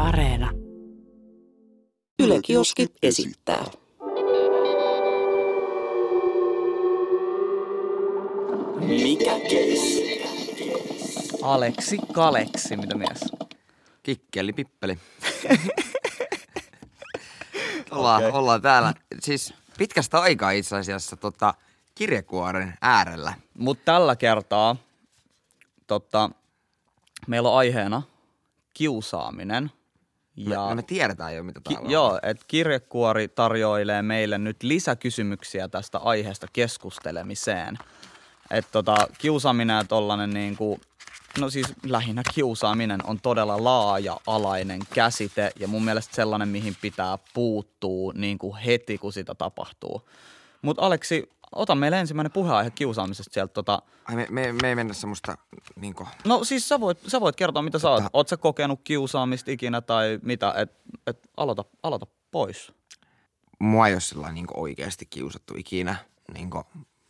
Areena. Yle Kioski esittää. Mikä keissi? Aleksi Kaleksi, mitä mies? Kikkeli pippeli. Ollaan täällä siis pitkästä aikaa itse asiassa kirjekuoren äärellä. Mutta tällä kertaa meillä on aiheena kiusaaminen. Ja me tiedetään jo, mitä täällä on. Joo, että kirjekuori tarjoilee meille nyt lisäkysymyksiä tästä aiheesta keskustelemiseen. Että kiusaaminen ja tollanen niinku, no siis lähinnä kiusaaminen on todella laaja-alainen käsite ja mun mielestä sellainen, mihin pitää puuttua niinku heti, kun sitä tapahtuu. Mutta Aleksi, ota meille ensimmäinen puheenaihe kiusaamisesta sieltä Me ei mennä semmoista niinku... No siis sä voit kertoa, mitä sä oot. Oot sä kokenut kiusaamista ikinä tai mitä? Aloita pois. Mua ei ole sellainen niinku oikeasti kiusattu ikinä. Niinku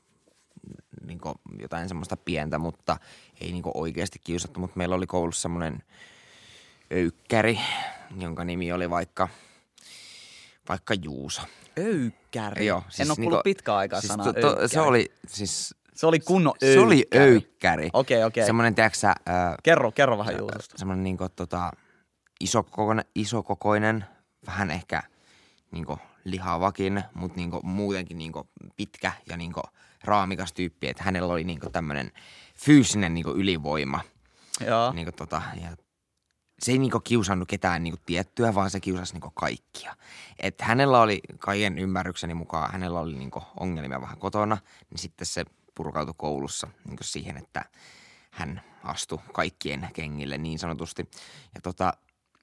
jotain semmoista pientä, mutta ei niinku oikeasti kiusattu. Mutta meillä oli koulussa semmoinen öykkäri, jonka nimi oli vaikka Juuso. Öykkäri? Joo. Siis en ole kuullut pitkään aikaa sanaa öykkäri. Se oli kunnon öykkäri. Se oli öykkäri. Okei. Semmoinen, tiedätkö Kerro vähän Juusosta. Semmoinen niinku isokokoinen, vähän ehkä niinku lihavakin, mutta niinku muutenkin niinku pitkä ja niinku raamikas tyyppi, että hänellä oli niinku tämmöinen fyysinen niinku ylivoima. Joo. Niinku ja se ei niinku kiusannut ketään niinku tiettyä, vaan se kiusasi niinku kaikkia. Et hänellä oli kaiken ymmärrykseni mukaan, hänellä oli niinku ongelmia vähän kotona, niin sitten se purkautui koulussa niinku siihen, että hän astui kaikkien kengille niin sanotusti. Ja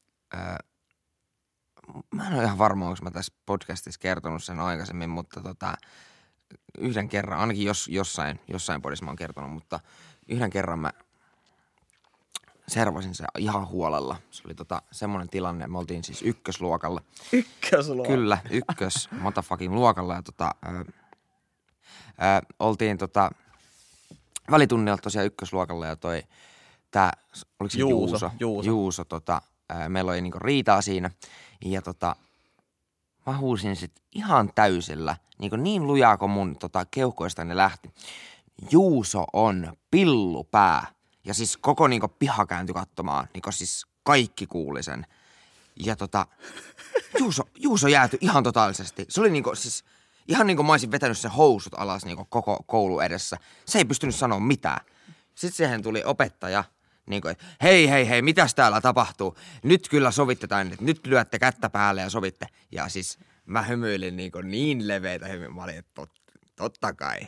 mä en ole ihan varma, onko mä tässä podcastissa kertonut sen aikaisemmin, mutta yhden kerran, ainakin jossain podissa mä oon kertonut, mutta yhden kerran mä servasin se ihan huolella. Se oli semmoinen tilanne, me oltiin siis ykkösluokalla. Ykkösluokalla? Kyllä, motherfucking luokalla ja oltiin välitunnilla tosiaan ykkösluokalla ja oliko se Juuso meillä oli niinku riitaa siinä ja mä huusin sit ihan täysillä, niin lujaa kuin mun keuhkoista ne lähti. Juuso on pillupää. Ja siis koko niinku piha kääntyi katsomaan, niinku siis kaikki kuuli sen. Ja Juuso jäätyi ihan totaalisesti. Se oli niinku siis ihan niinku mä olisin vetänyt sen housut alas niinku koko koulu edessä. Se ei pystynyt sanoa mitään. Sitten siihen tuli opettaja, niinku, että hei, mitäs täällä tapahtuu? Nyt kyllä sovittetaan, että nyt lyötte kättä päälle ja sovitte. Ja siis mä hymyilin niinku niin leveitä hymyä. Mä olin, että totta kai.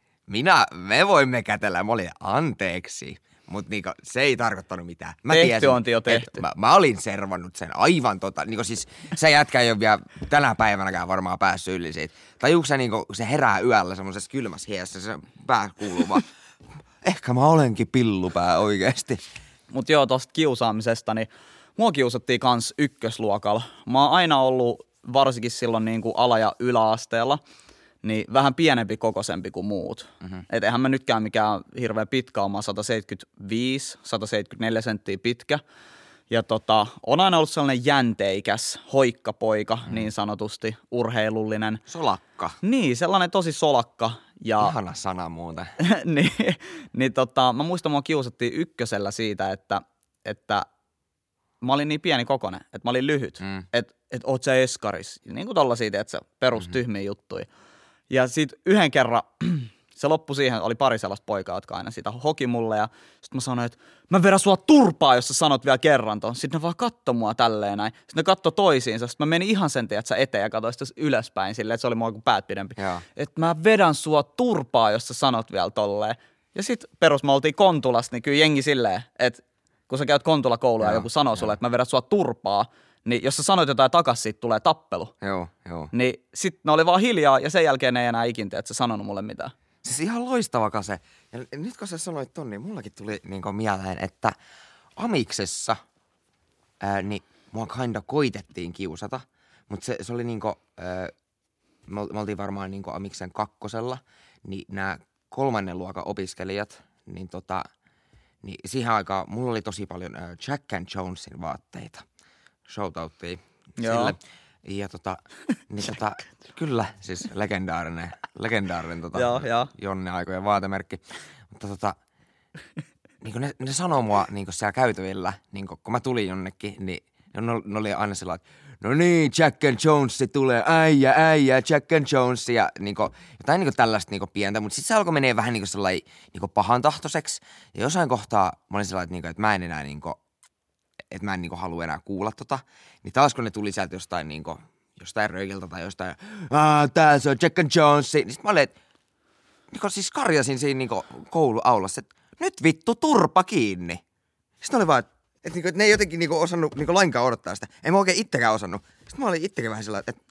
Me voimme kätellä. Mä olin, anteeksi. Mutta niinku, se ei tarkoittanut mitään. Tehty. Mä olin servannut sen aivan niinku siis se jätkä ei ole vielä tänä päivänäkään varmaan päässyt yli siitä. Tajuuko se niinku, se herää yöllä semmosessa kylmässä hieessä, se pää kuuluu vaan, ehkä mä olenkin pillupää oikeesti. Mut joo, tosta kiusaamisesta, niin mua kiusattiin kans ykkösluokalla. Mä oon aina ollut, varsinkin silloin niinku ala- ja yläasteella, niin vähän pienempi kokoisempi kuin muut. Mm-hmm. Et eihän mä nytkään mikään hirveän pitkä ole, mä oon 174 senttiä pitkä. Ja on aina ollut sellainen jänteikäs hoikkapoika, niin sanotusti, urheilullinen. Solakka. Niin, sellainen tosi solakka. Ja ihana sana muuten. Mä muistan, mua kiusattiin ykkösellä siitä, että mä olin niin pieni kokonen, että mä olin lyhyt. Että oot sä eskaris. Niin kuin tollasia, että sä perustyhmiä juttuja. Ja sit yhden kerran se loppui siihen, oli pari sellaista poikaa, jotka aina sitä hoki mulle. Ja sit mä sanoin, että mä vedän sua turpaa, jos sä sanot vielä kerran ton. Sitten ne vaan katto mua tälleen näin. Sitten ne katto toisiinsa. Sitten mä menin ihan sen tiedät sä eteen ja katsoin sitä ylöspäin silleen, että se oli mua kuin päät pidempi. Että mä vedän sua turpaa, jos sä sanot vielä tolleen. Ja sit me oltiin Kontulassa, niin kyllä jengi silleen, että kun sä käyt Kontula-koulua ja joku sanoo sulle, että mä vedän sua turpaa, niin jos sä sanoit jotain takas, siitä tulee tappelu. Joo. Niin sit ne oli vaan hiljaa ja sen jälkeen ne ei enää ikinä, että sä sanonut mulle mitään. Siis ihan loistava kase. Ja nyt kun sä sanoit ton, niin mullakin tuli niinku mieleen, että amiksessa niin mua kinda koitettiin kiusata. Mutta se oli niinku, me oltiin varmaan niinku amiksen kakkosella, niin nämä 3. luokan opiskelijat, niin siihen aikaan mulla oli tosi paljon Jack and Jonesin vaatteita. shoutouttia sille. Ja kyllä, siis legendaarinen Jonne aikojen vaatemerkki. Mutta niin ne sanoo mua niin siellä käytävillä, niin kun mä tulin jonnekin, niin ne oli aina sellainen, että no niin, Jack and Jones tulee, äijä, Jack and Jones, ja niin kun, jotain niin tällaista niin pientä, mutta sitten se alkoi menee vähän niin sellainen niin pahantahtoiseksi, ja jossain kohtaa mä olin sellainen, että mä en enää että mä en halua enää kuulla niin taas kun ne tuli sieltä jostain röikiltä tai jostain, tää se on Jack and Jones, niin sit mä olin, että siis karjasin siinä kouluaulassa, että nyt vittu turpa kiinni. Sitten oli vaan, että ne ei jotenkin osannut lainkaan odottaa sitä. En mä oikein itsekään osannut. Sitten mä olin itsekin vähän sellainen, että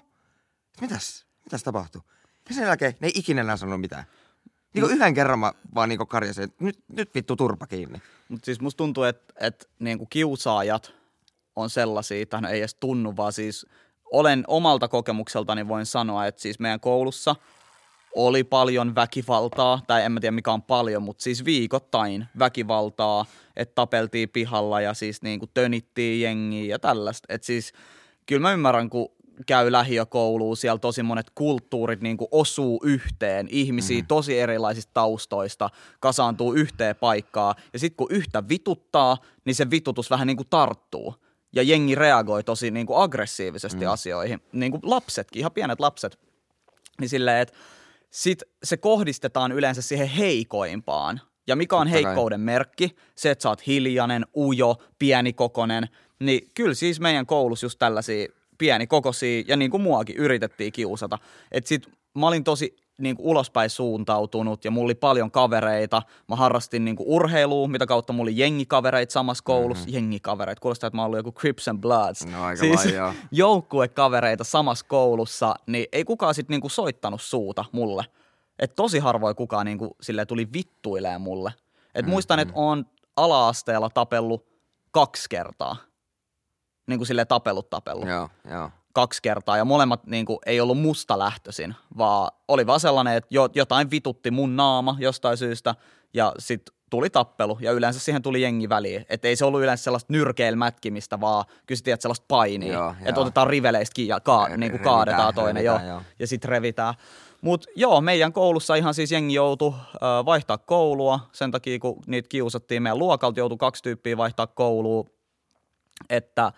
mitäs tapahtuu? Ja sen jälkeen ne ei ikinä enää sanonut mitään. Yhden kerran mä vaan karjasin, että nyt vittu turpa kiinni. Mutta siis musta tuntuu, että kiusaajat on sellaisia, tai ei edes tunnu, vaan siis olen omalta kokemukseltani voin sanoa, että siis meidän koulussa oli paljon väkivaltaa, tai en mä tiedä mikä on paljon, mutta siis viikoittain väkivaltaa, että tapeltiin pihalla ja siis tönittiin jengiä ja tällaista. Että siis kyllä mä ymmärrän, kun käy lähiökouluun, siellä tosi monet kulttuurit osuu yhteen, ihmisiä tosi erilaisista taustoista kasaantuu yhteen paikkaan, ja sitten kun yhtä vituttaa, niin se vitutus vähän tarttuu. Ja jengi reagoi tosi aggressiivisesti asioihin. Lapsetkin, ihan pienet lapset. Niin silleen, että sit se kohdistetaan yleensä siihen heikoimpaan. Ja mikä on heikkouden merkki? Se, että sä oot hiljainen, ujo, pienikokoinen. Niin kyllä siis meidän koulussa just tällaisia pienikokoisia, ja niin kuin muakin yritettiin kiusata. Että sit mä olin tosi ulospäin suuntautunut ja mulla oli paljon kavereita. Mä harrastin urheilua, mitä kautta mulla oli jengikavereita samassa koulussa. Jengikavereita, kuulostaa, että mä oon ollut joku Crips and Bloods. No aika siis lailla, joukkuekavereita samassa koulussa, niin ei kukaan sit soittanut suuta mulle. Että tosi harvoin kukaan silleen tuli vittuileen mulle. Et muistan, että oon ala-asteella tapellut 2 kertaa. Silleen tapellut. Joo. 2 kertaa ja molemmat ei ollut musta lähtöisin, vaan oli vaan sellainen, että jotain vitutti mun naama jostain syystä ja sitten tuli tappelu ja yleensä siihen tuli jengi väliin. Että ei se ollut yleensä sellaista nyrkeilmätkimistä, vaan kyllä sä tiedät sellaista painia, että otetaan riveleistä ja kaadetaan toinen ja sitten revitään. Mutta meidän koulussa ihan siis jengi joutui vaihtaa koulua sen takia, kun niitä kiusattiin. Meidän luokalta joutui 2 tyyppiä vaihtaa koulua, että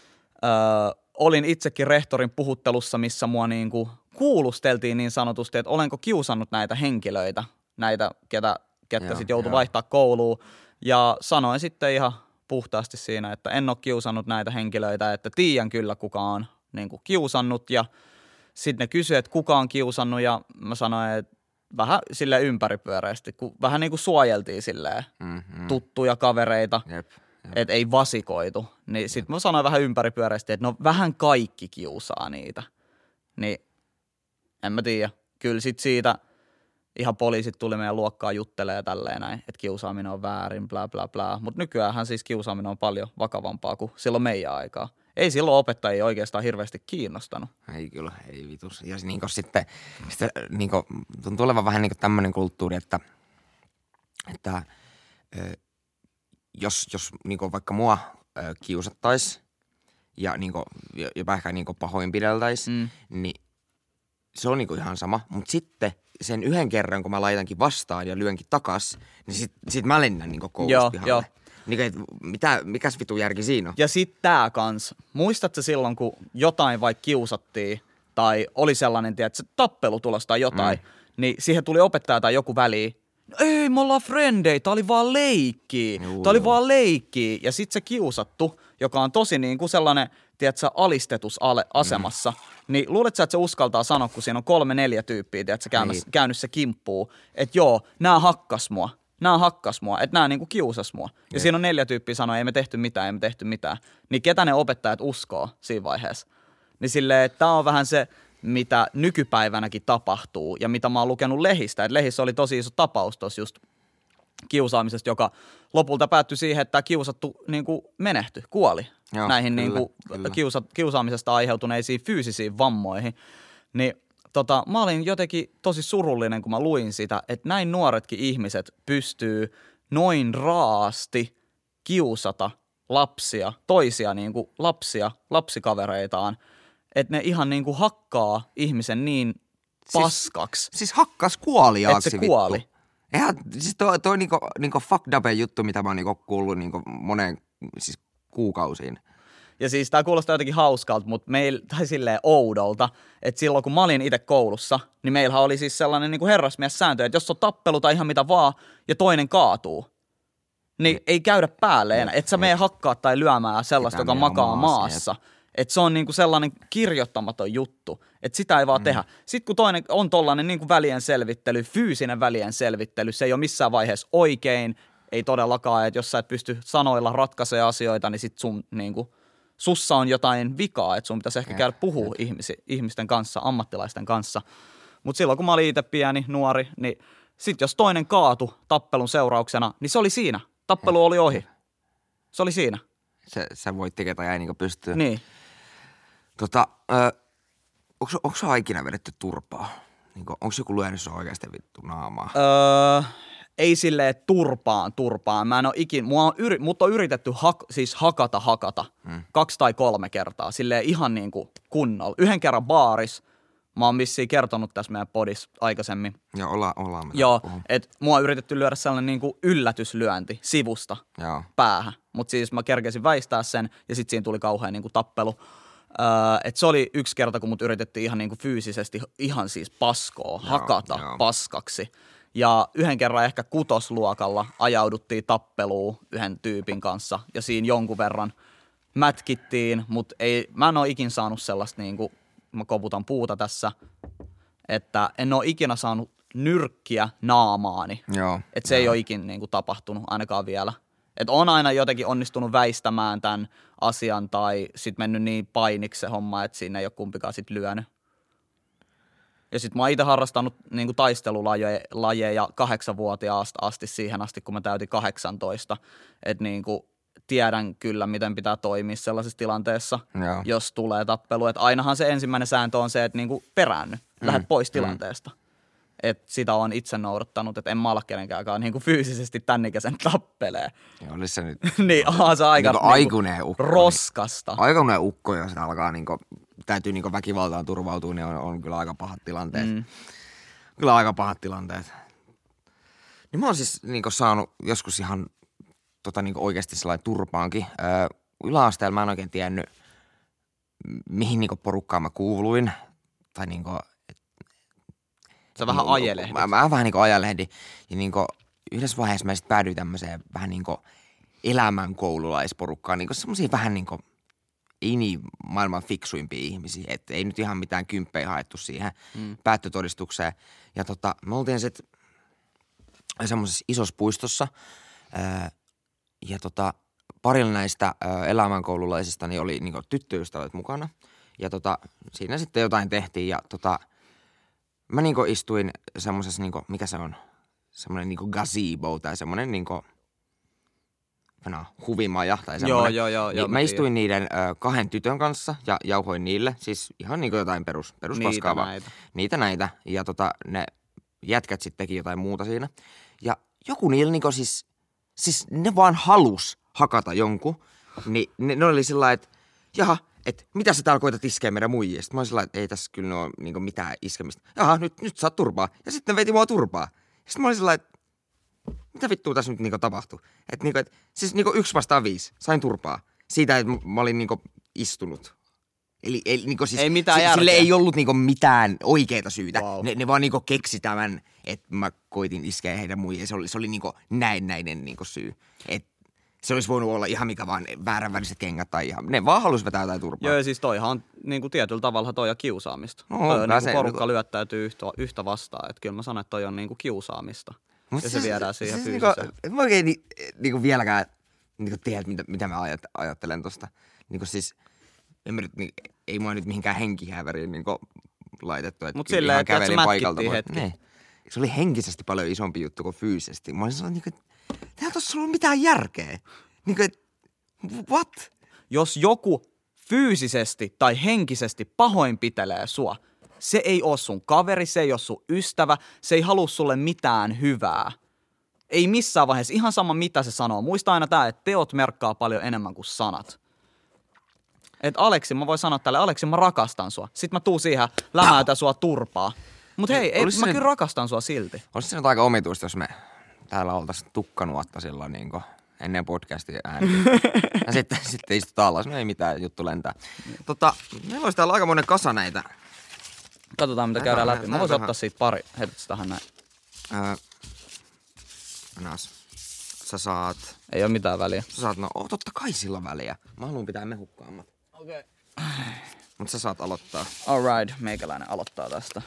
olin itsekin rehtorin puhuttelussa, missä mua kuulusteltiin niin sanotusti, että olenko kiusannut näitä henkilöitä, näitä, ketkä sitten joutui vaihtaa kouluun. Ja sanoin sitten ihan puhtaasti siinä, että en ole kiusannut näitä henkilöitä, että tiedän kyllä kuka on kiusannut. Ja sitten ne kysyi, että kuka on kiusannut ja mä sanoin, että vähän silleen ympäripyöreästi, kun vähän suojeltiin silleen tuttuja kavereita. Jep. Että ei vasikoitu. Niin sit mä sanoin vähän ympäripyöreästi, että no vähän kaikki kiusaa niitä. Niin en mä tiedä. Kyllä sit siitä ihan poliisit tuli meidän luokkaan juttelee tälleen näin, että kiusaaminen on väärin, bla bla bla. Mutta nykyäänhän siis kiusaaminen on paljon vakavampaa kuin silloin meidän aikaa. Ei silloin opettajia oikeastaan hirveästi kiinnostanut. Ei kyllä, ei vitus. Ja sitten tuntuu olevan vähän tämmöinen kulttuuri, että jos vaikka mua kiusattaisi ja jopa ehkä pahoinpideltäisi, niin se on ihan sama. Mutta sitten sen yhden kerran, kun mä laitankin vastaan ja lyönkin takas, niin sit mä lennän koulusta pihalle. Mikäs vitu järki siinä on? Ja sit tää kans. Muistatko silloin, kun jotain vaikka kiusattiin tai oli sellainen, tiedätkö, tappelu tulossa tai jotain, niin siihen tuli opettaja tai joku väliin. Ei, me ollaan frendei, tää oli vaan leikkiä. Tää oli vaan leikkiä. Ja sit se kiusattu, joka on tosi sellainen, tiedätkö, alistetusasemassa, niin luuletko sä, että se uskaltaa sanoa, kun siinä on 3-4 tyyppiä, tiedätkö, käynyt se kimppuu, että joo, nää hakkas mua, että nää kiusas mua. Ja siinä on 4 tyyppiä sanoo, ei me tehty mitään. Niin ketä ne opettajat uskoo siinä vaiheessa? Niin silleen, että tää on vähän se, mitä nykypäivänäkin tapahtuu ja mitä mä oon lukenut lehdistä. Että lehissä oli tosi iso tapaus tuossa just kiusaamisesta, joka lopulta päättyi siihen, että tämä kiusattu menehtyi, kuoli näihin kyllä. Kiusaamisesta aiheutuneisiin fyysisiin vammoihin. Niin mä olin jotenkin tosi surullinen, kun mä luin sitä, että näin nuoretkin ihmiset pystyy noin raasti kiusata lapsia, toisia niinku lapsia, lapsikavereitaan, että ne ihan niinku hakkaa ihmisen niin paskaksi. Siis hakkas kuoliaaksi, että se kuoli. Vittu. Eihän, siis toi niinku fucked up juttu, mitä mä oon niinku kuullut niinku moneen siis kuukausiin. Ja siis tää kuulostaa jotenkin hauskalta, mutta tai silleen oudolta, että silloin kun mä olin itse koulussa, niin meillähän oli siis sellainen niinku herrasmies-sääntö, että jos on tappelu tai ihan mitä vaan, ja toinen kaatuu, niin ei käydä päälle enää. Et sä mene hakkaa tai lyömään sellaista, joka makaa maassa. Että se on niinku sellainen kirjoittamaton juttu, että sitä ei vaan tehdä. Sitten kun toinen on tollainen niinku välien selvittely, fyysinen välien selvittely, se ei ole missään vaiheessa oikein, ei todellakaan, että jos sä et pysty sanoilla ratkaisemaan asioita, niin sit sussa on jotain vikaa, että sun pitäisi ehkä käydä puhua ihmisten kanssa, ammattilaisten kanssa. Mutta silloin kun mä olin itse pieni, nuori, niin sit jos toinen kaatui tappelun seurauksena, niin se oli siinä. Tappelu oli ohi. Se oli siinä. Sä voit ketä jäi niinku pystyä. Niin. Onko sä ikinä vedetty turpaa? Niinku, onko joku lyönyt sua oikeasti vittu naamaa? Ei silleen turpaan. Mä en oo mut on yritetty hakata 2 tai 3 kertaa. Silleen ihan niinku kunnolla. 1 kerran baaris. Mä oon vissiin kertonut tässä meidän podissa aikaisemmin. Joo, ollaan. Joo, että mua on yritetty lyödä sellainen niinku yllätyslyönti sivusta päähän. Mutta siis mä kerkesin väistää sen ja sit siinä tuli kauhean niinku tappelu. Että se oli 1 kerta, kun mut yritettiin ihan niinku fyysisesti ihan siis hakata paskaksi. Ja 1 kerran ehkä 6. luokalla ajauduttiin tappeluun 1 tyypin kanssa ja siinä jonkun verran mätkittiin, mutta mä en oo ikin saanut sellaista niinku, mä koputan puuta tässä, että en oo ikinä saanut nyrkkiä naamaani. Että se ei ole ikin niinku tapahtunut ainakaan vielä. Että on aina jotenkin onnistunut väistämään tämän asian tai sit mennyt niin painiksi se homma, että siinä ei ole kumpikaan sit lyönyt. Ja sit mä oon itse harrastanut niinku taistelulajeja 8-vuotiaasta asti siihen asti, kun mä täytin 18. Että niinku tiedän kyllä, miten pitää toimia sellaisessa tilanteessa, jos tulee tappelu. Että ainahan se ensimmäinen sääntö on se, että niinku peräänny, lähdet pois tilanteesta. Että sitä on itse noudattanut, että en mä olla kenenkään niinku fyysisesti tän ikäisen tappelee. Joo, oli se nyt. Niin, se aika niinku aikuinen ukko. Roskasta. Aikuinen ukko, jos alkaa niinku, täytyy niinku väkivaltaan turvautua, niin on kyllä aika pahat tilanteet. Kyllä aika pahat tilanteet. Niin mä oon siis niinku saanut joskus ihan niinku oikeasti sellainen turpaankin. Yläasteella mä en oikein tiennyt, mihin niinku porukkaan mä kuuluin. Tai niinku sä vähän ajelehdit. Mä vähän niinku ajelehdin. Ja niinku yhdessä vaiheessa mä sit päädyin tämmöiseen vähän niinku elämänkoululaisporukkaan. Niinku semmosia vähän niinku, ei niin maailman fiksuimpia ihmisiä. Että ei nyt ihan mitään kymppejä haettu siihen päättötodistukseen. Ja me oltiin sit semmoisessa isossa puistossa. Ja parilla näistä elämänkoululaisista niin oli niinku tyttöystävät mukana. Ja siinä sitten jotain tehtiin ja mä niinku istuin semmosessa niinku, mikä se on? Semmoinen niinku gazebo tai semmoinen niinku huvimaja tai semmoinen. Joo. Niin mä istuin niiden 2 tytön kanssa ja jauhoin niille, siis ihan niinku jotain peruspaskaavaa. Niitä näitä. Ja ne jätkät sitten teki jotain muuta siinä. Ja joku niillä niinku siis ne vaan halus hakata jonkun. Niin ne oli sillä että jaha, että mitä sä täällä koetat iskeä meidän muijia? Sitten mä olin sillä että ei tässä kyllä ole niinku mitään iskemistä. Jaha, nyt saat turpaa. Ja sitten ne veti mua turpaa. Sitten mä olin sillä että mitä vittua tässä nyt niinku tapahtui? Siis niinku 1 vastaan 5. Sain turpaa. Siitä, että mä olin niinku istunut. Eli niinku siis ei mitään järkeä. Sille ei ollut niinku mitään oikeaa syytä. Wow. Ne vaan niinku keksi tämän, että mä koitin iskeä heidän muijia. Se oli niinku näennäinen niinku syy. Se olisi voinut olla ihan mikä vaan vääränväriset kengät tai ihan, ne vaan halusi vetää jotain turpaa. Joo, ja siis toihan on niinku tietyllä tavalla toi on kiusaamista. Toi on niinku porukka lyöttäytyy yhtä vastaan. Että kyllä mä sanon, että toi on niinku kiusaamista. Ja se viedään siihen fyysiseen. Mä oikein niinku vieläkään niinku tiedä, mitä mä ajattelen tosta. Niinku siis, ei mua nyt mihinkään henkihäväriin niinku laitettu. Mut silleen, että se mätkittiin hetki. Ne. Se oli henkisesti paljon isompi juttu kuin fyysisesti. Mä olin sellainen, että eihän tossa ollut mitään järkeä. Niinku, what? Jos joku fyysisesti tai henkisesti pahoinpitelee sua, se ei ole sun kaveri, se ei ole sun ystävä, se ei halua sulle mitään hyvää. Ei missään vaiheessa, ihan sama mitä se sanoo. Muista aina tää, että teot merkkaa paljon enemmän kuin sanat. Että Aleksi, mä voin sanoa tälle, Aleksi, mä rakastan sua. Sitten mä tuun siihen, lämäytän sua turpaa. Mut hei, mä kyllä rakastan sua silti. Olis se nyt aika omituista, jos me täällä oltais tukkanuotta silloin niinku ennen podcastia ääniä. Ja sitten istutaan alas, no ei mitään, juttu lentää. Meillä olisi täällä aikamoinen kasa näitä. Katsotaan mitä käydään läpi. Mä voisin ottaa siitä pari, heität tähän näin. Anas, sä saat... Ei oo mitään väliä. Sä saat, no totta kai sillä on väliä. Mä haluan pitää mehukkaammat. Okei. Mut sä saat aloittaa. Alright, meikäläinen aloittaa tästä.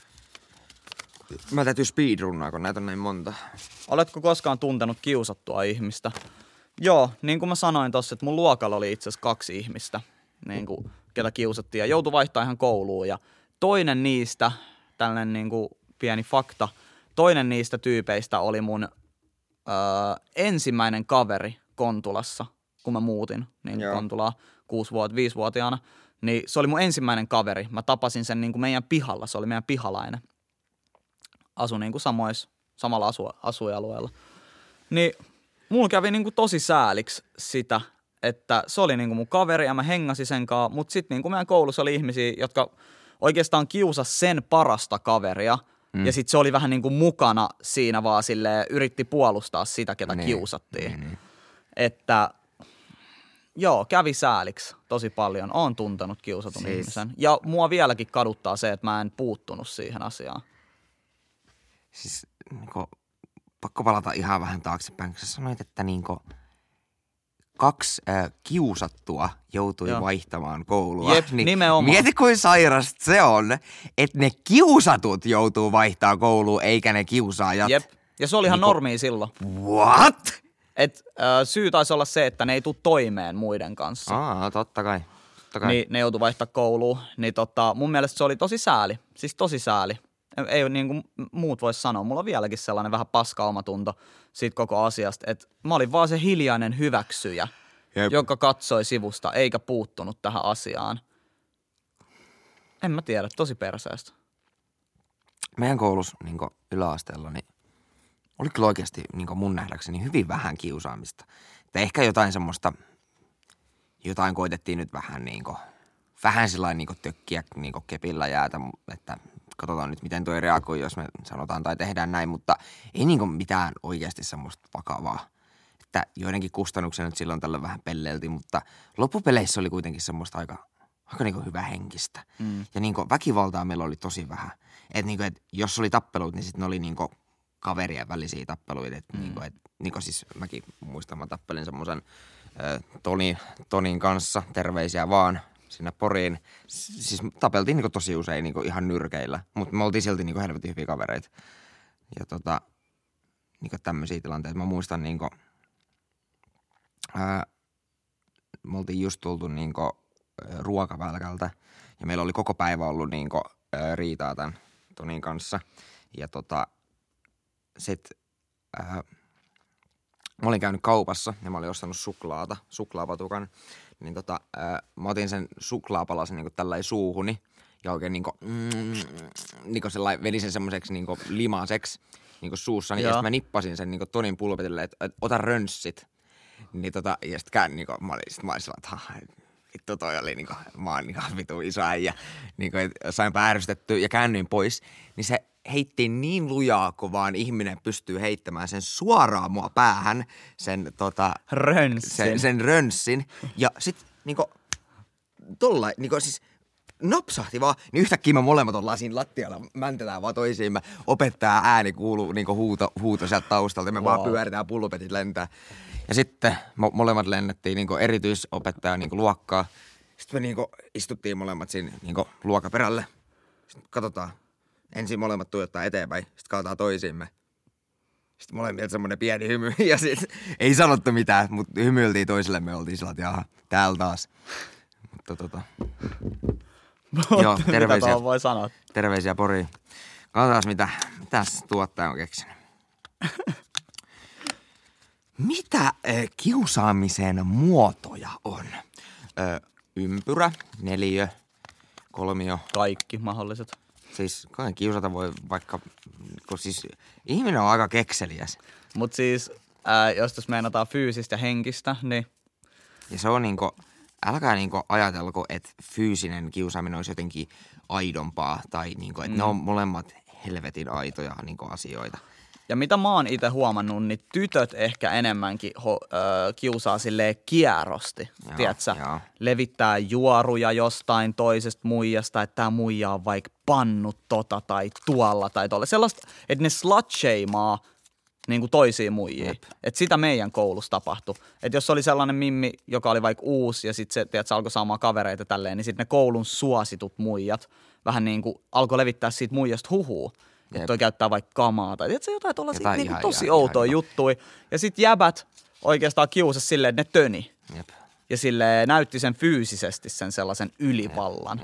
Mä täytyy speedrunnaa, kun näitä on näin monta. Oletko koskaan tuntenut kiusattua ihmistä? Joo, niin kuin mä sanoin tossa, että mun luokalla oli itse asiassa 2 ihmistä, niin kuin, ketä kiusattiin ja joutui vaihtaa ihan kouluun. Ja toinen niistä, tällainen niin kuin pieni fakta, toinen niistä tyypeistä oli mun ensimmäinen kaveri Kontulassa, kun mä muutin niin Kontulaa 5-vuotiaana. Niin se oli mun ensimmäinen kaveri. Mä tapasin sen niin kuin meidän pihalla, se oli meidän pihalainen. Asui niin kuin samalla asuinalueella. Niin mulla kävi niin kuin tosi sääliksi sitä, että se oli niin kuin mun kaveri ja mä hengasin sen kanssa. Mutta sitten niin kuin meidän koulussa oli ihmisiä, jotka oikeastaan kiusasi sen parasta kaveria. Ja sitten se oli vähän niin kuin mukana siinä vaan silleen, yritti puolustaa sitä, ketä kiusattiin. Että joo, kävi sääliksi tosi paljon. Oon tuntenut kiusatun ihmisen. Ja mua vieläkin kaduttaa se, että mä en puuttunut siihen asiaan. Siis niinku, pakko palata ihan vähän taaksepäin, kun sä sanoit, että niinku 2 kiusattua joutui vaihtamaan koulua. Jep, niin nimenomaan. Mieti, kuin sairasta se on, että ne kiusatut joutuu vaihtaa koulua, eikä ne kiusaajat. Jep, ja se oli ihan normia silloin. What? Et syy taisi olla se, että ne ei tule toimeen muiden kanssa. Totta kai. Niin ne joutui vaihtaa kouluun. Niin mun mielestä se oli tosi sääli. Siis tosi sääli. Ei niin kuin muut vois sanoa. Mulla on vieläkin sellainen vähän paska omatunto siitä koko asiasta, että mä olin vaan se hiljainen hyväksyjä, joka katsoi sivusta eikä puuttunut tähän asiaan. En mä tiedä, tosi perseestä. Meidän koulussa niin yläasteella niin oli kyllä oikeasti niin mun nähdäkseni hyvin vähän kiusaamista. Että ehkä jotain koitettiin nyt vähän sillain niin tökkiä niin kepillä jäätä, että katsotaan nyt, miten toi reagoi, jos me sanotaan tai tehdään näin, mutta ei niin mitään oikeasti semmoista vakavaa. Että joidenkin kustannuksia nyt silloin tällä vähän pelleiltiin, mutta loppupeleissä oli kuitenkin semmoista aika niin hyvä henkistä. Ja niin väkivaltaa meillä oli tosi vähän. Että et jos oli tappeluita, niin sitten ne oli niin kaverien välisiä tappeluita. Että siis mäkin muistan, mä tappelin semmoisen Tonin kanssa, terveisiä vaan sinne Poriin. Siis tapeltiin niin tosi usein niin ihan nyrkeillä, mutta me oltiin silti niin helvetin hyviä kavereita. Ja niin tämmöisiä tilanteita. Mä muistan me oltiin just tultu niin ruokavälkältä ja meillä oli koko päivä ollut niin riitaa tämän Tonin kanssa. Ja sit mä olin käynyt kaupassa ja mä olin ostanut suklaapatukan. Niin mä otin sen suklaapalasen niin tällainen suuhuni ja oikein niin sellainen, vedin sen semmoiseksi niin limaseksi niin suussani. Ja sitten mä nippasin sen niin Tonin pulpetille, että ota rönssit. Niin ja sitten mä olin sellainen, että vittu toi oli mä oon vittu iso äijä. Sain päärstettyä ja käännyin pois. Niin se heitti niin lujaa, kun vaan ihminen pystyy heittämään sen suoraan mua päähän, sen rönssin. Ja sit siis napsahti vaan, niin yhtäkkiä me molemmat ollaan siinä lattialla, mäntetään vaan toisiimme, opettaja ääni kuuluu huuto sieltä taustalta, me vaan pyöritään, pullopetit lentää. Ja sitten molemmat lennettiin erityisopettajan luokkaa. Sitten me istuttiin molemmat siinä luokaperälle. Sitten katsotaan. Ensin molemmat tuijottaa eteenpäin, sitten katsotaan toisiimme. Sitten molemmilta semmoinen pieni hymy. Ja sitten ei sanottu mitään, mutta hymyiltiin toisillemme. Me oltiin sillä, että jaha, täällä taas. Mutta joo, terveisiä. Voi sanoa? Terveisiä Poriin. Katsotaan, mitäs tuottaja on keksinyt. Mitä kiusaamisen muotoja on? Ympyrä, neliö, kolmio. Kaikki mahdolliset. Siis kiusata voi vaikka, kun siis ihminen on aika kekseliäs. Mutta siis, jos tässä meinataan fyysistä ja henkistä, niin... Ja se on niinku, älkää niinku ajatelko, että fyysinen kiusaaminen olisi jotenkin aidompaa tai niinku, että ne on molemmat helvetin aitoja niinku asioita. Ja mitä mä oon itse huomannut, niin tytöt ehkä enemmänkin kiusaa silleen kierrosti, tiedätkö? Levittää juoruja jostain toisesta muijasta, että tää muija on vaikka pannut tai tuolla tai tuolla. Sellaista, että ne slut-shamaa niinku toisia muijia. Että sitä meidän koulussa tapahtui. Että jos oli sellainen mimmi, joka oli vaikka uusi ja sitten se, tiedätkö, alkoi saamaan kavereita tälleen, niin sitten ne koulun suositut muijat vähän niinku alkoi levittää siitä muijasta huhua. Että toi käyttää vaikka kamaa tai tiedätkö, jotain tollaisia niinku tosi outoja juttuja. Ja sit jäbät oikeastaan kiusasi silleen, että ne töni. Jep. Ja silleen näytti sen fyysisesti sen sellaisen ylivallan.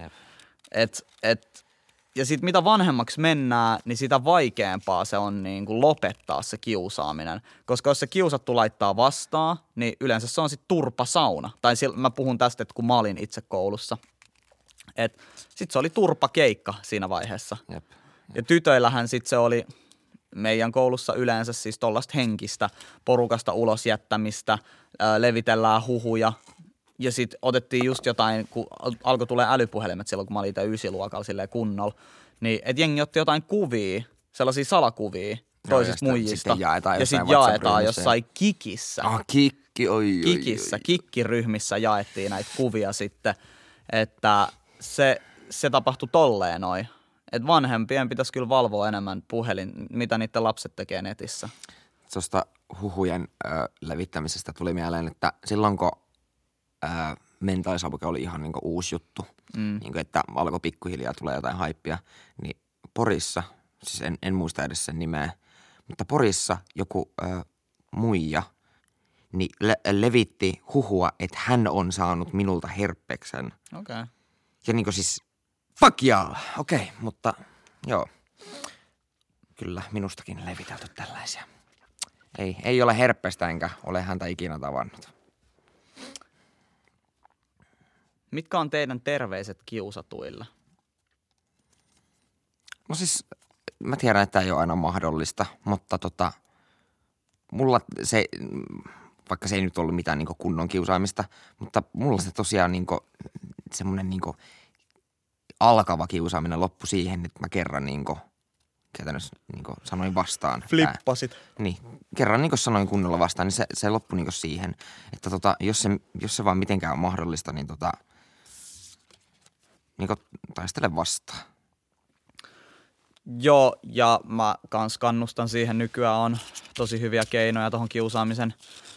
Ja sit mitä vanhemmaksi mennään, niin sitä vaikeampaa se on niinku lopettaa se kiusaaminen. Koska jos se kiusattu laittaa vastaan, niin yleensä se on sit turpasauna. Tai mä puhun tästä, että kun mä olin itse koulussa. Et sit se oli turpakeikka siinä vaiheessa. Jep. Ja tytöillähän sitten se oli meidän koulussa yleensä siis tollaista henkistä porukasta ulos jättämistä, levitellään huhuja. Ja sitten otettiin just jotain, kun alkoi tulee älypuhelimet silloin, kun mä olin itse ysiluokalla silleen kunnolla. Niin, että jengi otti jotain kuvia, sellaisia salakuvia toisista muijista. Ja sitten jaetaan jossain Kikissä. Kikki, Kikissä, Kikkiryhmissä jaettiin näitä kuvia sitten, että se tapahtui tolleen noin. Että vanhempien pitäisi kyllä valvoa enemmän puhelin, mitä niiden lapset tekee netissä. Tuosta huhujen levittämisestä tuli mieleen, että silloin kun mentaalisavuke oli ihan niinku uusi juttu, niinku, että alkoi pikkuhiljaa tulee jotain haippia, niin Porissa, siis en muista edes sen nimeä, mutta Porissa joku muija niin levitti huhua, että hän on saanut minulta herpeksen. Okei. Ja niinku siis... Fuck y'all. Okei, mutta joo. Kyllä minustakin levitelty tällaisia. Ei ole herppestä enkä ole häntä ikinä tavannut. Mitkä on teidän terveiset kiusatuille? No siis, mä tiedän, että ei ole aina mahdollista, mutta mulla se, vaikka se ei nyt ollut mitään niinku kunnon kiusaamista, mutta mulla se tosiaan niinku semmoinen niinku alkava kiusaaminen loppui siihen, että mä kerran niinku käytännössä niinku sanoin vastaan. Flippasit. Niin, kerran niinku sanoin kunnolla vastaan, niin se loppui niinku siihen, että jos se vaan mitenkään on mahdollista, niin niinku taistele vastaan. Joo, ja mä kans kannustan siihen. Nykyään on tosi hyviä keinoja tohon kiusaamisen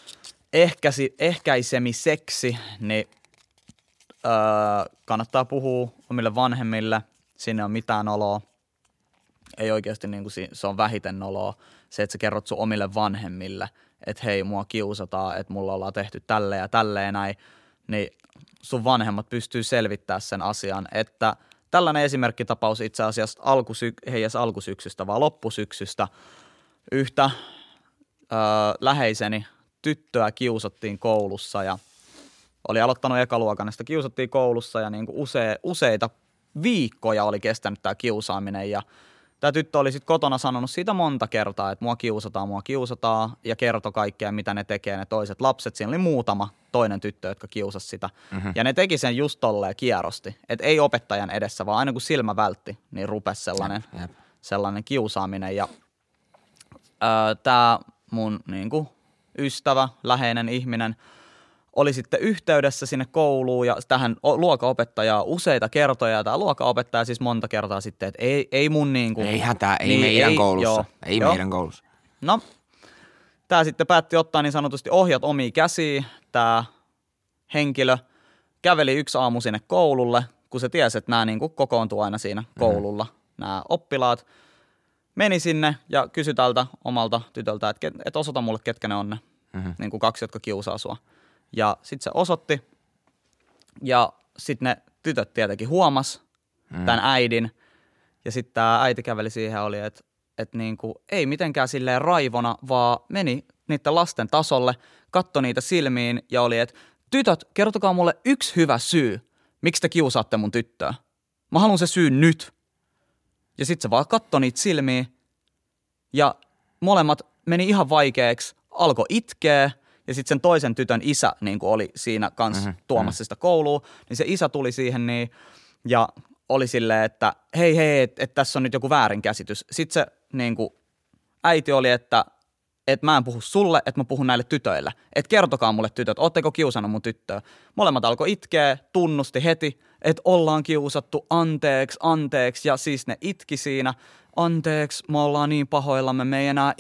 ehkäisemiseksi, niin kannattaa puhua omille vanhemmille. Sinne on mitään oloa. Ei oikeasti niin kuin se on vähiten noloa. Se, että sä kerrot sun omille vanhemmille, että hei, mua kiusataan, että mulla ollaan tehty tälleen ja tälleen näin, niin sun vanhemmat pystyy selvittämään sen asian, että tällainen esimerkkitapaus itse asiassa ei edes alkusyksystä, vaan loppusyksystä yhtä läheiseni tyttöä kiusattiin koulussa ja oli aloittanut ekaluokan, sitä kiusattiin koulussa ja niin kuin useita viikkoja oli kestänyt tämä kiusaaminen ja tämä tyttö oli sitten kotona sanonut siitä monta kertaa, että mua kiusataan ja kertoi kaikkea, mitä ne tekee ne toiset lapset. Siinä oli muutama toinen tyttö, jotka kiusasi sitä. Mm-hmm. Ja ne teki sen just tolleen kierrosti, että ei opettajan edessä, vaan aina kun silmä vältti, niin rupesi sellainen kiusaaminen. Ja tämä mun niinku ystävä, läheinen ihminen oli sitten yhteydessä sinne kouluun ja tähän luokanopettajaa useita kertoja. Ja tämä luokanopettaja siis monta kertaa sitten, että ei mun niinku... Ei hätää, ei meidän koulussa. Meidän koulussa. No, tämä sitten päätti ottaa niin sanotusti ohjat omiin käsiin. Tämä henkilö käveli yksi aamu sinne koululle, kun se tiesi, että nämä niinku kokoontuu aina siinä koululla, nämä oppilaat. Meni sinne ja kysyi tältä omalta tytöltä, että osoita mulle, ketkä ne on ne niinku kaksi, jotka kiusaa sua. Ja sitten se osoitti ja sitten ne tytöt tietenkin huomas tämän äidin. Ja sitten tämä äiti käveli siihen ja oli, että niinku, ei mitenkään silleen raivona, vaan meni niiden lasten tasolle, katsoi niitä silmiin ja oli, että tytöt, kertokaa mulle yksi hyvä syy, miksi te kiusaatte mun tyttöä. Mä haluan se syy nyt. Ja sitten se vaan katsoi niitä silmiin ja molemmat meni ihan vaikeaksi, alkoi itkeä ja sitten sen toisen tytön isä niin kuin oli siinä kanssa tuomassa sitä kouluun, niin se isä tuli siihen niin, ja oli silleen, että hei, että tässä on nyt joku väärinkäsitys. Sitten se niin kuin, äiti oli, että mä en puhu sulle, että mä puhun näille tytöille. Että kertokaa mulle tytöt, ootteko kiusannut mun tyttöä? Molemmat alkoi itkeä, tunnusti heti, että ollaan kiusattu, anteeksi. Ja siis ne itki siinä, anteeksi, me ollaan niin pahoillamme, me ei enää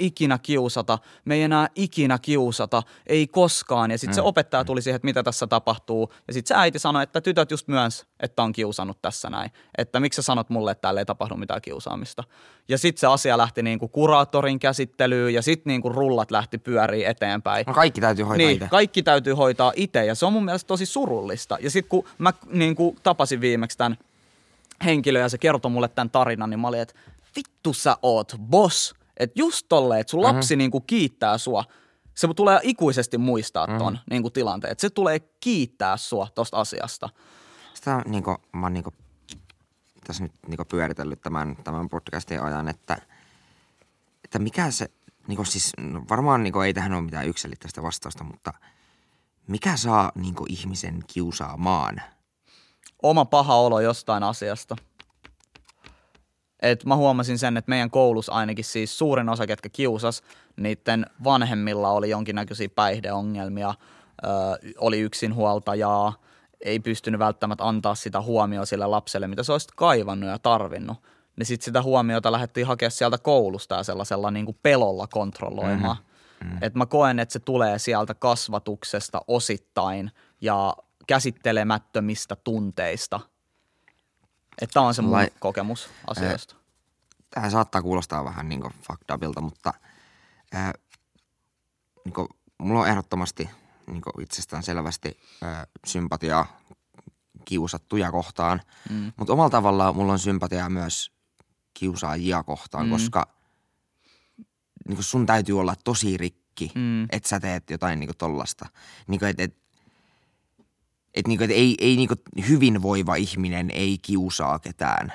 ikinä kiusata, ei koskaan. Ja sitten se opettaja tuli siihen, että mitä tässä tapahtuu. Ja sitten se äiti sanoi, että tytöt just myös, että on kiusannut tässä näin. Että miksi sä sanot mulle, että täällä ei tapahdu mitään kiusaamista. Ja sitten se asia lähti niinku kuraattorin käsittelyyn ja sitten niinku rullat lähti pyöriin eteenpäin. No kaikki täytyy hoitaa itse. Kaikki täytyy hoitaa itse ja se on mun mielestä tosi surullista. Ja sitten kun mä niinku tapasin viimeksi tämän henkilön ja se kertoi mulle tämän tarinan, niin mä olin, että vittu sä oot boss. Että just tolleen, että sun lapsi niinku kiittää sua. Se tulee ikuisesti muistaa ton niinku tilanteen. Että se tulee kiittää sua tosta asiasta. Sitä niinku, mä oon niinku tässä nyt niinku pyöritellyt tämän podcastin ajan, että mikä se, niinku siis varmaan niinku ei tähän ole mitään yksilöllistä vastausta, mutta mikä saa niinku ihmisen kiusaamaan? Oma paha olo jostain asiasta. Et mä huomasin sen, että meidän koulussa ainakin siis suurin osa, ketkä kiusas, niiden vanhemmilla oli jonkinnäköisiä päihdeongelmia, oli yksinhuoltajaa, ei pystynyt välttämättä antaa sitä huomioon sille lapselle, mitä se olisi kaivannut ja tarvinnut. Niin sitten sitä huomiota lähdettiin hakea sieltä koulusta ja sellaisella niin kuin pelolla kontrolloimaan. Että mä koen, että se tulee sieltä kasvatuksesta osittain ja käsittelemättömistä tunteista. Että tämä on se mun kokemus asioista. Tämä saattaa kuulostaa vähän niin kuin fucked upilta, mutta niin kuin, mulla on ehdottomasti niin kuin itsestään selvästi sympatiaa kiusattuja kohtaan. Mutta omalla tavallaan mulla on sympatiaa myös kiusaajia kohtaan, koska niin kuin sun täytyy olla tosi rikki, että sä teet jotain niin kuin tollasta. Niin kuin, että ei niinku hyvinvoiva ihminen ei kiusaa ketään.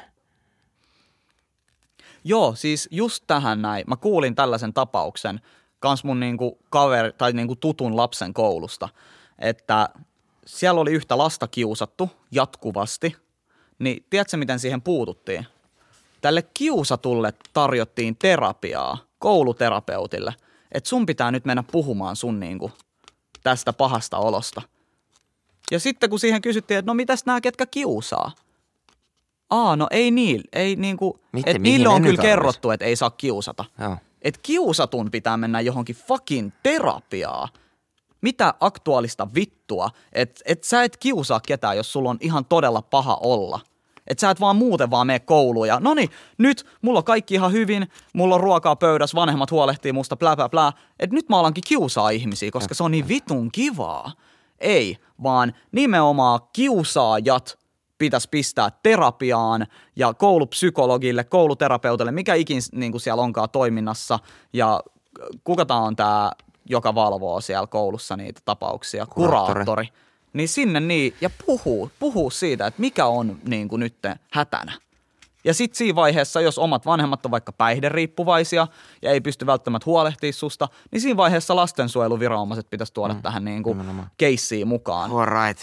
Joo, siis just tähän näin. Mä kuulin tällaisen tapauksen kans mun niinku kaveri tai niinku tutun lapsen koulusta, että siellä oli yhtä lasta kiusattu jatkuvasti. Niin tiedätkö, miten siihen puututtiin? Tälle kiusatulle tarjottiin terapiaa kouluterapeutille, että sun pitää nyt mennä puhumaan sun niinku tästä pahasta olosta. Ja sitten kun siihen kysyttiin, että no mitäs nämä ketkä kiusaa? No ei niinku, että niille on kyllä kerrottu, että ei saa kiusata. Että kiusatun pitää mennä johonkin fucking terapiaa. Mitä aktuaalista vittua, että sä et kiusaa ketään, jos sulla on ihan todella paha olla. Että sä et vaan muuten vaan mene kouluun ja noniin, nyt mulla on kaikki ihan hyvin, mulla on ruokaa pöydässä, vanhemmat huolehtii musta, plää. Että nyt mä alankin kiusaa ihmisiä, koska se on niin vitun kivaa. Ei, vaan nimenomaan kiusaajat pitäisi pistää terapiaan ja koulupsykologille, kouluterapeutille, mikä ikin niin kuin siellä onkaan toiminnassa. Ja kuka tämä on tämä, joka valvoo siellä koulussa niitä tapauksia? Kuraattori. Niin sinne niin, ja puhuu siitä, että mikä on niin kuin nyt hätänä. Ja sitten siinä vaiheessa, jos omat vanhemmat on vaikka päihderiippuvaisia ja ei pysty välttämättä huolehtimaan susta, niin siinä vaiheessa lastensuojeluviranomaiset pitäisi tuoda tähän niin kuin keissiin mukaan. All right.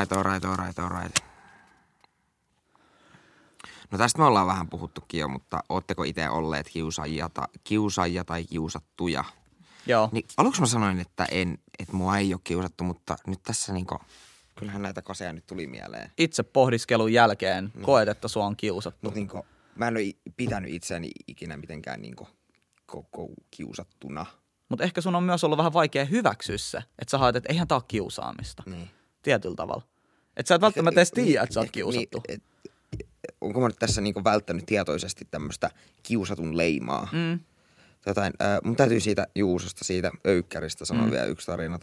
No tästä me ollaan vähän puhuttukin jo, mutta ootteko itse olleet kiusaajia tai kiusattuja? Joo. Niin aluksi mä sanoin, että mua ei ole kiusattu, mutta nyt tässä niinku, kyllähän näitä kaseja nyt tuli mieleen. Itse pohdiskelun jälkeen koet, että sua on kiusattu. Mutta niinku, mä en ole pitänyt itseäni ikinä mitenkään niinku kiusattuna. Mutta ehkä sun on myös ollut vähän vaikea hyväksyä se, että sä haet, että eihän tää ole kiusaamista. Niin. Tietyllä tavalla. Että sä et välttämättä edes tiedä, että sä oot kiusattu. Onko mä nyt tässä niinku välttänyt tietoisesti tämmöistä kiusatun leimaa? Mun täytyy siitä Juusosta, siitä öykkäristä sanoa vielä yksi tarina.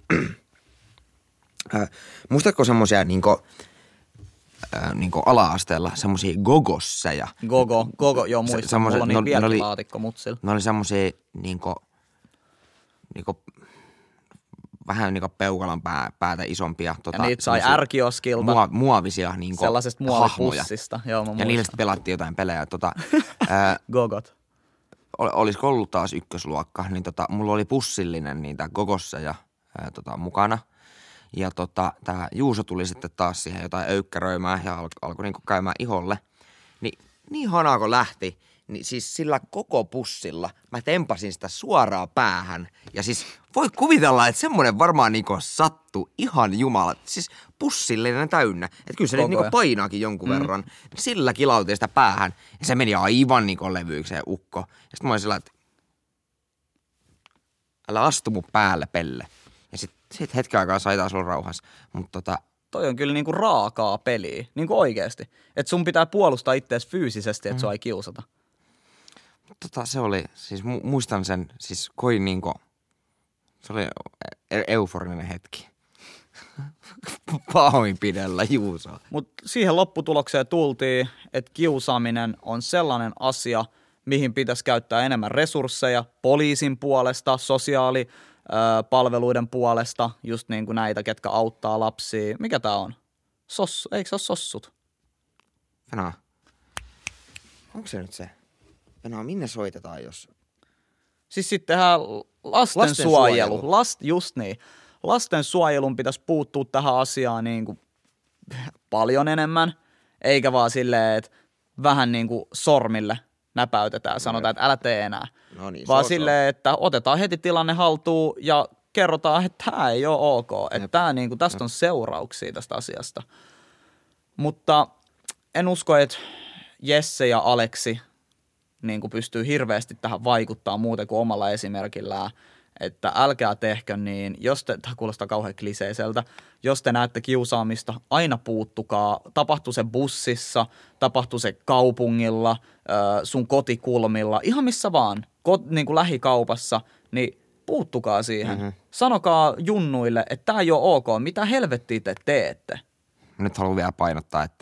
Muistatko semmosia niinku ala-asteella semmosia gogosseja? Gogo, joo muistan. Mulla on niin vieläkin laatikko mutsilla. Ne oli semmosia niinku vähän niinku peukalan päätä isompia. Ja niitä sai R-kioskilta. Muovisia niinku sellaisesta muovipussista. Joo, ja niillä pelattiin jotain pelejä. Gogot. olisiko ollut taas ykkösluokka, niin mulla oli pussillinen niitä Gogossa ja mukana. Ja tää Juuso tuli sitten taas siihen jotain öykkäröimään ja alkoi niinku käymään iholle. Niin hanaa kun lähti, niin siis sillä koko pussilla mä tempasin sitä suoraan päähän. Ja siis voi kuvitella, että semmonen varmaan niinku sattui ihan jumala. Siis pussillinen täynnä. Että kyllä se nyt niinku painaakin jonkun verran. Sillä kilautin sitä päähän. Ja se meni aivan niinku levyykseen ukko. Ja sit mä olin sillä, että älä astu mun päälle, Pelle. Ja sit hetken aikaa sai taas olla rauhassa. Mutta toi on kyllä niinku raakaa peliä, niinku oikeesti. Että sun pitää puolustaa itseäsi fyysisesti, että sua ei kiusata. Se oli, siis muistan sen, siis koin niinku, se oli euforinen hetki. Pahoinpidellä Juusoa. Mut siihen lopputulokseen tultiin, että kiusaaminen on sellainen asia, mihin pitäisi käyttää enemmän resursseja poliisin puolesta, sosiaalipalveluiden puolesta, just niin kuin näitä, ketkä auttaa lapsia. Mikä tää on? Eikö se ole sossut? Venä. Onko se nyt se? Venä, minne soitetaan, jos? Siis sittenhän lastensuojelu. Just niin. Lastensuojelun pitäisi puuttua tähän asiaan niin kuin paljon enemmän, eikä vaan silleen, että vähän niin kuin sormille näpäytetään ja sanotaan, että älä tee enää. No niin, vaan silleen, että otetaan heti tilanne haltuun ja kerrotaan, että tämä ei ole ok. Että tämä, niin kuin, tästä on seurauksia tästä asiasta. Mutta en usko, että Jesse ja Aleksi niin kuin pystyy hirveästi tähän vaikuttaa muuten kuin omalla esimerkillään. Että älkää tehkö niin, tämä kuulostaa kauhean kliseiseltä, jos te näette kiusaamista, aina puuttukaa, tapahtuu se bussissa, tapahtuu se kaupungilla, sun kotikulmilla, ihan missä vaan, niin kuin lähikaupassa, niin puuttukaa siihen. Mm-hmm. Sanokaa junnuille, että tämä ei ole ok, mitä helvettiä te teette? Nyt haluan vielä painottaa, että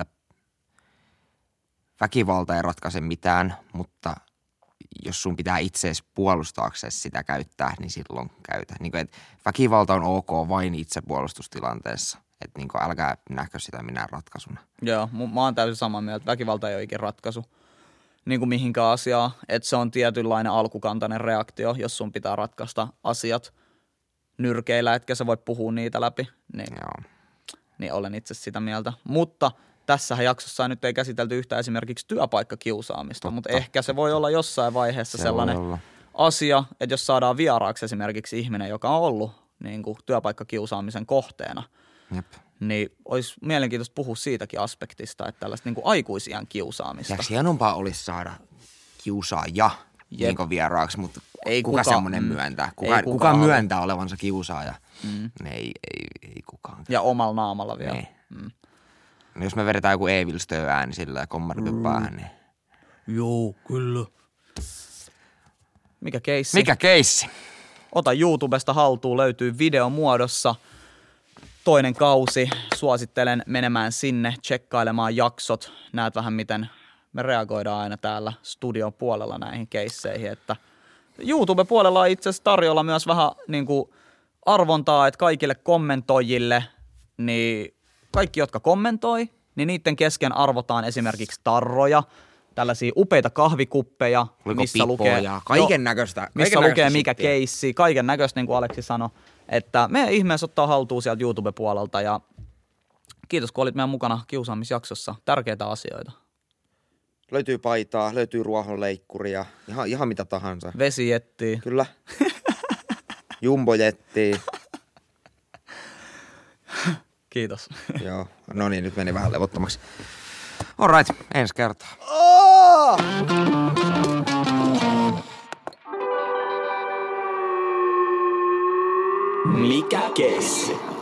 väkivalta ei ratkaise mitään, mutta jos sun pitää itseesi puolustaaksesi sitä käyttää, niin silloin käytä. Niin kuin, että väkivalta on ok vain itsepuolustustilanteessa. Että niin kuin, älkää nähkö sitä minä ratkaisuna. Joo, mä oon täysin samaa mieltä. Väkivalta ei ole ikinä ratkaisu niin kuin mihinkään asiaan. Että se on tietynlainen alkukantainen reaktio, jos sun pitää ratkaista asiat nyrkeillä, etkä sä voi puhua niitä läpi. Niin olen itse sitä mieltä. Mutta tässähän jaksossa nyt ei käsitelty yhtään esimerkiksi työpaikkakiusaamista, mutta ehkä se voi olla jossain vaiheessa sellainen asia, että jos saadaan vieraaksi esimerkiksi ihminen, joka on ollut niin kuin työpaikkakiusaamisen kohteena, niin olisi mielenkiintoista puhua siitäkin aspektista, että tällaista niin kuin aikuisiän kiusaamista. Ja hienompaa olisi saada kiusaaja niin kuin vieraaksi, mutta kuka semmoinen myöntää? Kuka myöntää olevansa kiusaaja? Ei kukaan. Ja omalla naamalla vielä. No jos me vedetään joku Evilstö ääni sillä ja kommaripin päähän, niin joo, kyllä. Mikä keissi? Ota YouTubesta haltuun, löytyy videomuodossa. Toinen kausi. Suosittelen menemään sinne, tsekkailemaan jaksot. Näet vähän, miten me reagoidaan aina täällä studion puolella näihin keisseihin. Että YouTube-puolella on itse asiassa tarjolla myös vähän niin kuin arvontaa, että kaikille kommentoijille, niin kaikki, jotka kommentoi, niin niiden kesken arvotaan esimerkiksi tarroja, tällaisia upeita kahvikuppeja, missä lukee kaiken näköistä. Missä lukee mikä keissi, kaiken näköistä, niin kuin Aleksi sanoi. Että meidän ihmeessä ottaa haltuun sieltä YouTube-puolelta ja kiitos, kun olit meidän mukana kiusaamisjaksossa. Tärkeitä asioita. Löytyy paitaa, löytyy ruohonleikkuria, ihan mitä tahansa. Vesijettiä. Kyllä. Jumbojettiä. Kiitos. Joo, no niin, nyt meni vähän levottomaksi. All right, ensi kertaa. Mikä keissi?